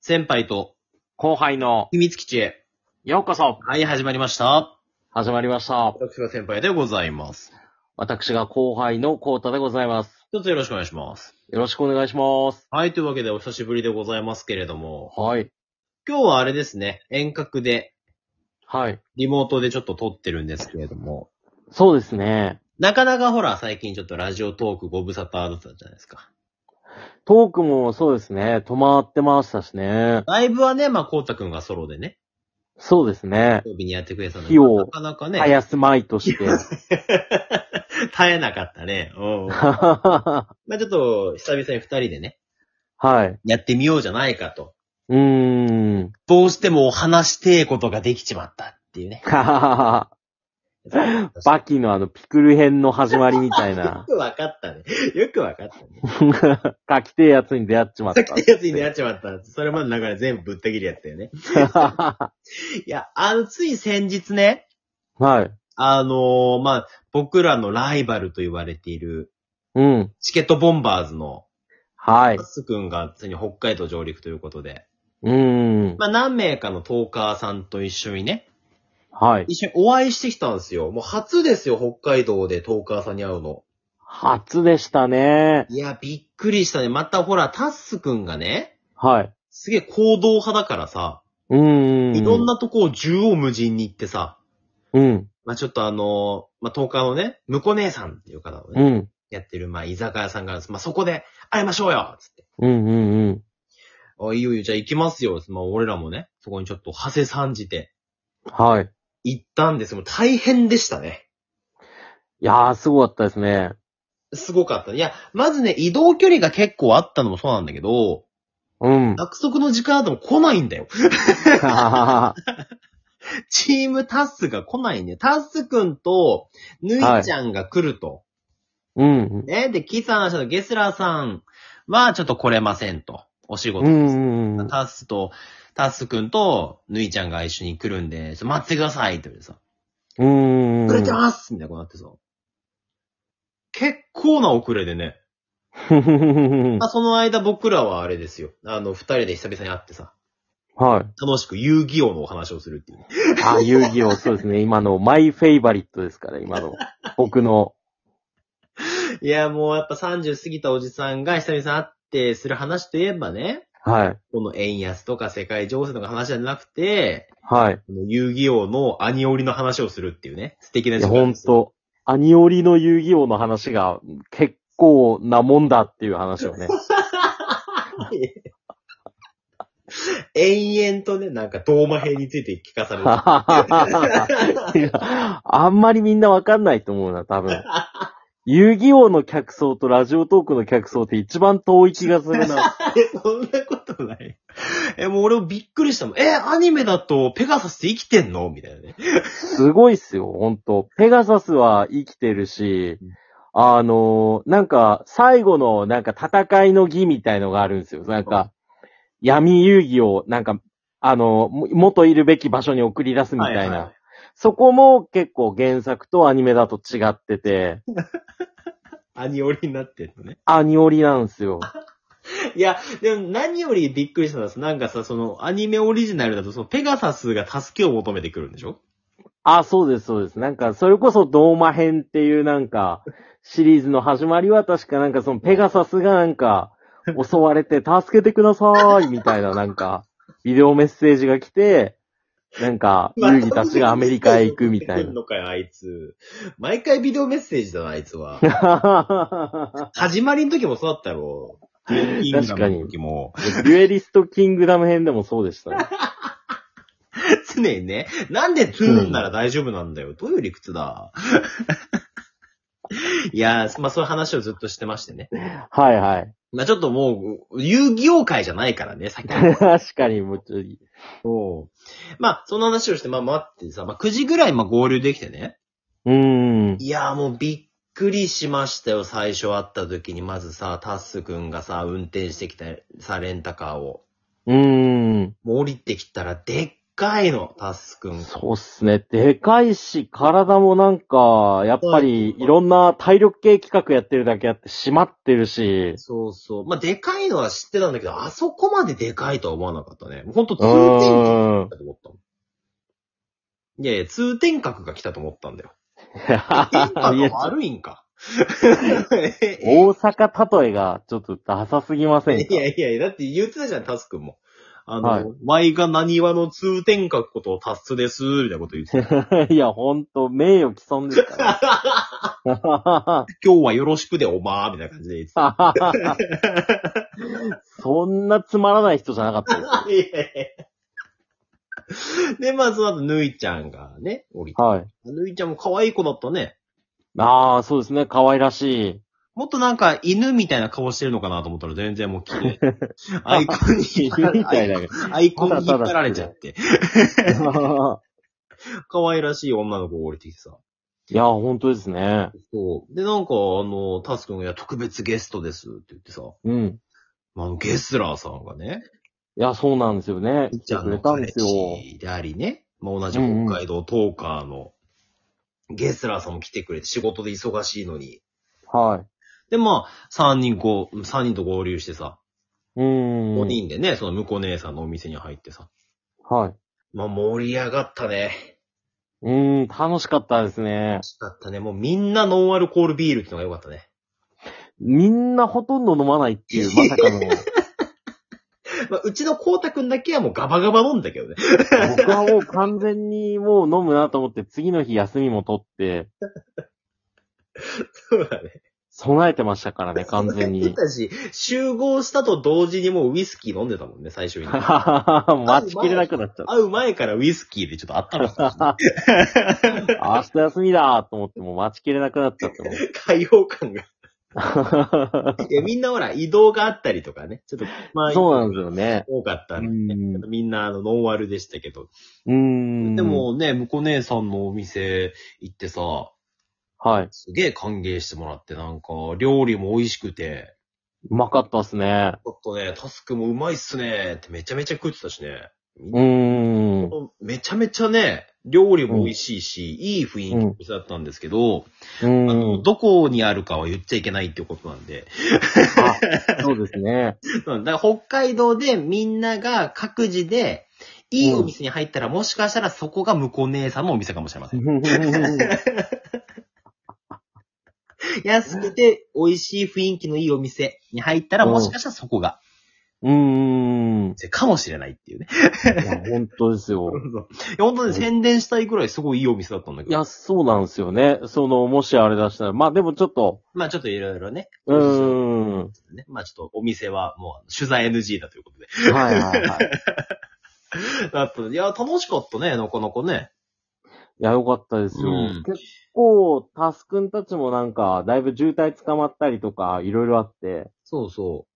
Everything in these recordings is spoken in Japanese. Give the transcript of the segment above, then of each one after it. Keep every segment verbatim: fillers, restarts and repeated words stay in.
先輩と後輩の秘密基地へ。 ようこそはい、始まりました。 始まりました。 私が先輩でございます。 私が後輩のコータでございます。 一つよろしくお願いします。 よろしくお願いします。 はい、というわけでお久しぶりでございますけれども。 はい。 今日はあれですね、遠隔で、 はい。 リモートでちょっと撮ってるんですけれども。 そうですね。 なかなかほら、最近ちょっとラジオトークご無沙汰だったじゃないですか。 トークもそうですね。止まってましたしね。 ライブはね、まあ、こうたくんがソロでね、 そうですね。 曜日にやってくれたの日をなかなかね、 絶やすまいとして。 絶えなかったね。うん。 はまあ、ちょっと、久々に二人でね、 い。 やってみようじゃないかと。 うーん。 どうしても話してえことができちまったっていうね。 バキのあのピクル編の始まりみたいよな。 くわかったね。よくわかったね。 書きてえやつに出会っちまった。 さっきのやつに出会っちまった。それまでの流れ全部ぶった切るやつだよね。いや、あの、つい先日ね、 はい。 あのー、まあ、僕らのライバルと言われている、 うん。 チケットボンバーズの、 はいタ。スくんがついに北海道上陸ということで、 うーん。 まあ、何名かのトーカーさんと一緒にね、 はい。 一緒にお会いしてきたんですよ。もう初ですよ、北海道でトーカーさんに会うの。 初でしたね。 いや、びっくりしたね。またほら、タッスくんがね、 はい。 すげえ行動派だからさ、 うーん。 いろんなとこを縦横無尽に行ってさ、 うん。 まあちょっとあの、まあトーカーのね、むこ姉さんっていう方をね、 うん。 やってる、まあ居酒屋さんがあるんです。まあそこで会いましょうよつって。 うんうんうん。 あ、いいよいいよ、じゃあ行きますよ。まあ俺らもね、そこにちょっと馳せ参じてはい。 行ったんですよ。もう大変でしたね。 いやー、すごかったですね。 すごかった。いや、まずね、移動距離が結構あったのもそうなんだけど、 うん。 約束の時間だとも来ないんだよ。チームタッスが来ないんだよ。タッスくんと、ぬいちゃんが来ると。 うん。 ね。で、キさん、そのゲスラーさんはちょっと来れませんと。お仕事うです。 んうん。 タッスと、タッスくんと、ぬいちゃんが一緒に来るんで、ちょっと待ってくださいって言われてさ。 うん。 遅れてますみたいなことになってさ。結構な遅れでね。まあ、その間僕らはあれですよ。あの、二人で久々に会ってさ。 はい。 楽しく遊戯王のお話をするっていうね。 あ、遊戯王、そうですね。今のマイフェイバリットですから、今の。僕の。 いや、もうやっぱさんじゅう過ぎたおじさんが久々に会ってする話といえばね。 はい。 この円安とか世界情勢とか話じゃなくて、 はい。 この遊戯王のアニオリの話をするっていうね。素敵ないや、 時間です。 ほんと。アニオリの遊戯王の話が結構なもんだっていう話をね。 延々とね、なんか、ドーマ兵について聞かされる。 いやあんまりみんなわかんないと思うな、多分。遊戯王の客層とラジオトークの客層って一番遠い気がするな。 え、そんなことない。え、もう俺もびっくりしたもん。え、アニメだとペガサスって生きてんのみたいなね。 すごいっすよ、ほんと。ペガサスは生きてるし、あのー、なんか、最後のなんか戦いの儀みたいのがあるんですよ。なんか、闇遊戯を、なんか、あの、元いるべき場所に送り出すみたいな。はいはい、そこも結構原作とアニメだと違ってて。 アニオリになってんのね。 アニオリなんですよ。 いや、でも何よりびっくりしたのは、なんかさ、そのアニメオリジナルだと、そのペガサスが助けを求めてくるんでしょ？ あ、そうです、そうです。なんか、それこそドーマ編っていうなんか、シリーズの始まりは確かなんかそのペガサスがなんか、襲われて助けてくださーいみたいななんか、ビデオメッセージが来て、なんか、遊戯たちがアメリカへ行くみたいな。 のかよ、あいつ。毎回ビデオメッセージだな、あいつは。始まりの時もそうだったろ。 確かに。 デュエリストキングダム編でもそうでしたね。 常にね、なんでツーンなら大丈夫なんだよ。どういう理屈だ。いやー、まあそういう話をずっとしてましてね。 はいはい。 まあちょっともう、遊戯王会じゃないからね、先に。 確かに、もうちょい。 そう。まあ、その話をして、まあ待ってさ、まあくじぐらいまあ合流できてね。 うーん。 いやーもうびっくりしましたよ、最初会った時に。まずさ、タッスくんがさ、運転してきたさ、レンタカーを。 うーん。 もう降りてきたら、でっかいの、タスくん。 そうっすね。でかいし、体もなんか、やっぱり、いろんな体力系企画やってるだけあって、締まってるし。 そうそう。まあ、でかいのは知ってたんだけど、あそこまででかいとは思わなかったね。ほんと通う天ーん。 閣だと思ったもん。いやいや、通天閣が来たと思ったんだよ。 いや天閣は悪いんか。 大阪例えがちょっとダサすぎませんか？ いやいやいや、だって言ってたじゃん、タスくんも。あの、 はい、 ワイが何話の通天閣ことをタスです、みたいなこと言ってた。 いや、ほんと、名誉毀損ですから。 今日はよろしくでおまー、みたいな感じで言ってた。 そんなつまらない人じゃなかったです。 いやいや。で、まあ、その後、ぬいちゃんがね、降りて。 はい。 ぬいちゃんも可愛い子だったね。 ああ、そうですね。可愛らしい。 もっとなんか犬みたいな顔してるのかなと思ったら全然もう綺麗。アイコンに引っ張られ、 みたいな。 アイコンに引っ張られちゃって。可愛らしい女の子が降りてきてさ。 いや、ほんとですね。 そう。で、なんか、あの、タス君が、いや、特別ゲストですって言ってさ。 うん。 あの、ゲスラーさんがね。 いや、そうなんですよね。 いっちゃんの来てくれたんですよ。 彼氏でありね。まあ、同じ北海道トーカーのゲスラーさんも来てくれて、仕事で忙しいのに。 はい。 で、まあ、三人こう、三人と合流してさ。 うーん。 五人でね、その向こう姉さんのお店に入ってさ。 はい。 まあ、盛り上がったね。 うーん、楽しかったですね。 楽しかったね。もうみんなノンアルコールビールってのが良かったね。 みんなほとんど飲まないっていう、まさかの。 まあ、うちのコウタくんだけはもうガバガバ飲んだけどね。 僕はもう完全にもう飲むなと思って、次の日休みも取って、 そうだね。 備えてましたからね、完全に。 たし、集合したと同時にもうウイスキー飲んでたもんね、最初に。 待ちきれなくなっちゃった。 会う前からウイスキーでちょっとあったまったし、 ね。明日休みだと思ってもう待ちきれなくなっちゃっても。 開放感が。いや、みんなほら、移動があったりとかね。ちょっと、まあ、 そうなんですよね。 多かったんで、ね、みんなあの、ノンアルでしたけど。 うーん。 でもね、向こう姉さんのお店行ってさ、 はい。 すげえ歓迎してもらって、なんか、料理も美味しくて。 うまかったっすね。 ちょっとね、タスクもうまいっすねってめちゃめちゃ食ってたしね。 うーん。 めちゃめちゃね、料理も美味しいし、うん、いい雰囲気の店だったんですけど、うん、あの、どこにあるかは言っちゃいけないっていうことなんで。 あ、そうですね。 だから北海道でみんなが各自で、いいお店に入ったら、うん、もしかしたらそこが向こう姉さんのお店かもしれません。安くて美味しい雰囲気のいいお店に入ったら、もしかしたらそこが。 うーん。 かもしれないっていうね。 いや、本当ですよ。 いや、本当に宣伝したいくらいすごいいいお店だったんだけど。 いや、そうなんですよね。その、もしあれ出したら、まあでもちょっと。 まあちょっといろいろね。 うーん。 まあちょっとお店はもう取材 エヌジー だということで。 はいはいはい。 だったいや、楽しかったね、なかなかね。 いや、よかったですよ。うん、結構、タスくんたちもなんか、だいぶ渋滞捕まったりとか、いろいろあって。 そうそう。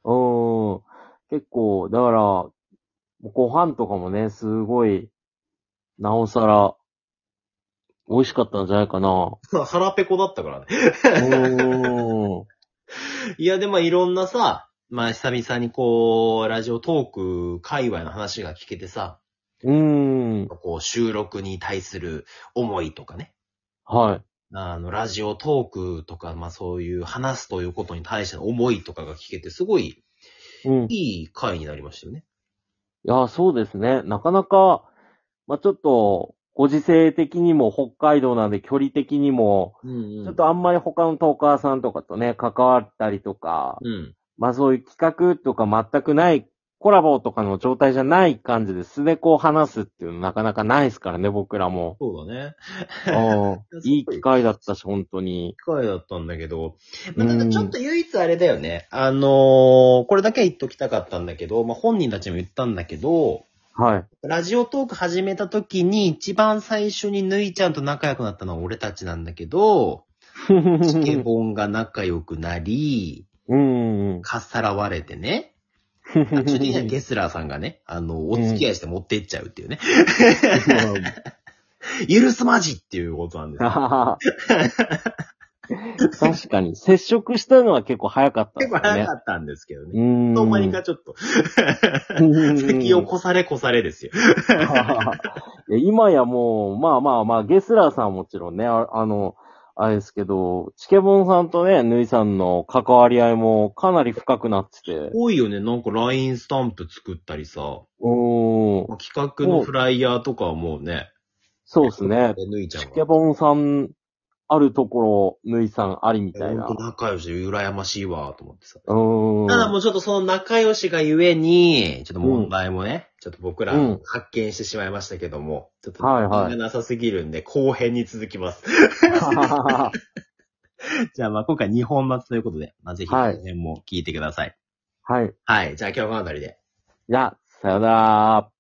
うーん。結構、だから、ご飯とかもね、すごい、なおさら、美味しかったんじゃないかな。 腹ペコだったからね。うーん。いや、でもいろんなさ、まあ久々にこう、ラジオトーク界隈の話が聞けてさ。 うーん。 こう、収録に対する思いとかね。 はい。 あの、ラジオトークとか、まあそういう話すということに対しての思いとかが聞けて、すごい、うん、いい回になりましたよね。 いや、そうですね。なかなか、まあちょっと、ご時世的にも北海道なんで距離的にも、うんうん、ちょっとあんまり他のトーカーさんとかとね、関わったりとか、うん、まあそういう企画とか全くないコラボとかの状態じゃない感じで素でこう話すっていうのなかなかないですからね、僕らも。 そうだね。 いい機会だったし、本当に。いい機会だったんだけど、まあ、ただちょっと唯一あれだよね。あのー、これだけは言っときたかったんだけど、まあ本人たちも言ったんだけど、 はい。 ラジオトーク始めた時に一番最初にぬいちゃんと仲良くなったのは俺たちなんだけど、チケボンが仲良くなり、 うん。 かっさらわれてね。最終的にはゲスラーさんがね、あの、お付き合いして持っていっちゃうっていうね。許すまじっていうことなんですよ。 確かに。接触したのは結構早かったで結構すよね。 早かったんですけどうね。 ーん。 とまにかちょっと、先を越され越されですよ。 いや今やもう、まあまあまあ、ゲスラーさんはもちろんね、ああの、あれですけど、チケボンさんとね、ヌイさんの関わり合いもかなり深くなってて。 多いよね。なんか ライン スタンプ作ったりさ、 うーん。 企画のフライヤーとかはもうね、 そうですね。 で、ぬいちゃんチが。 ケボンさんあるところ、ヌイさんありみたいな。 ほんと仲良しで羨ましいわ、と思ってさ。 うーん。 ただもうちょっとその仲良しがゆえに、ちょっと問題もね、ちょっと僕らうん発見してしまいましたけども、ちょっとはいはい時間がなさすぎるんで、後編に続きます。じゃあまあ今回にほん松ということで、まあぜひ後はい編も聞いてください。 はい。 はい。じゃあ今日はこの辺りで。 じゃあ、さよなら。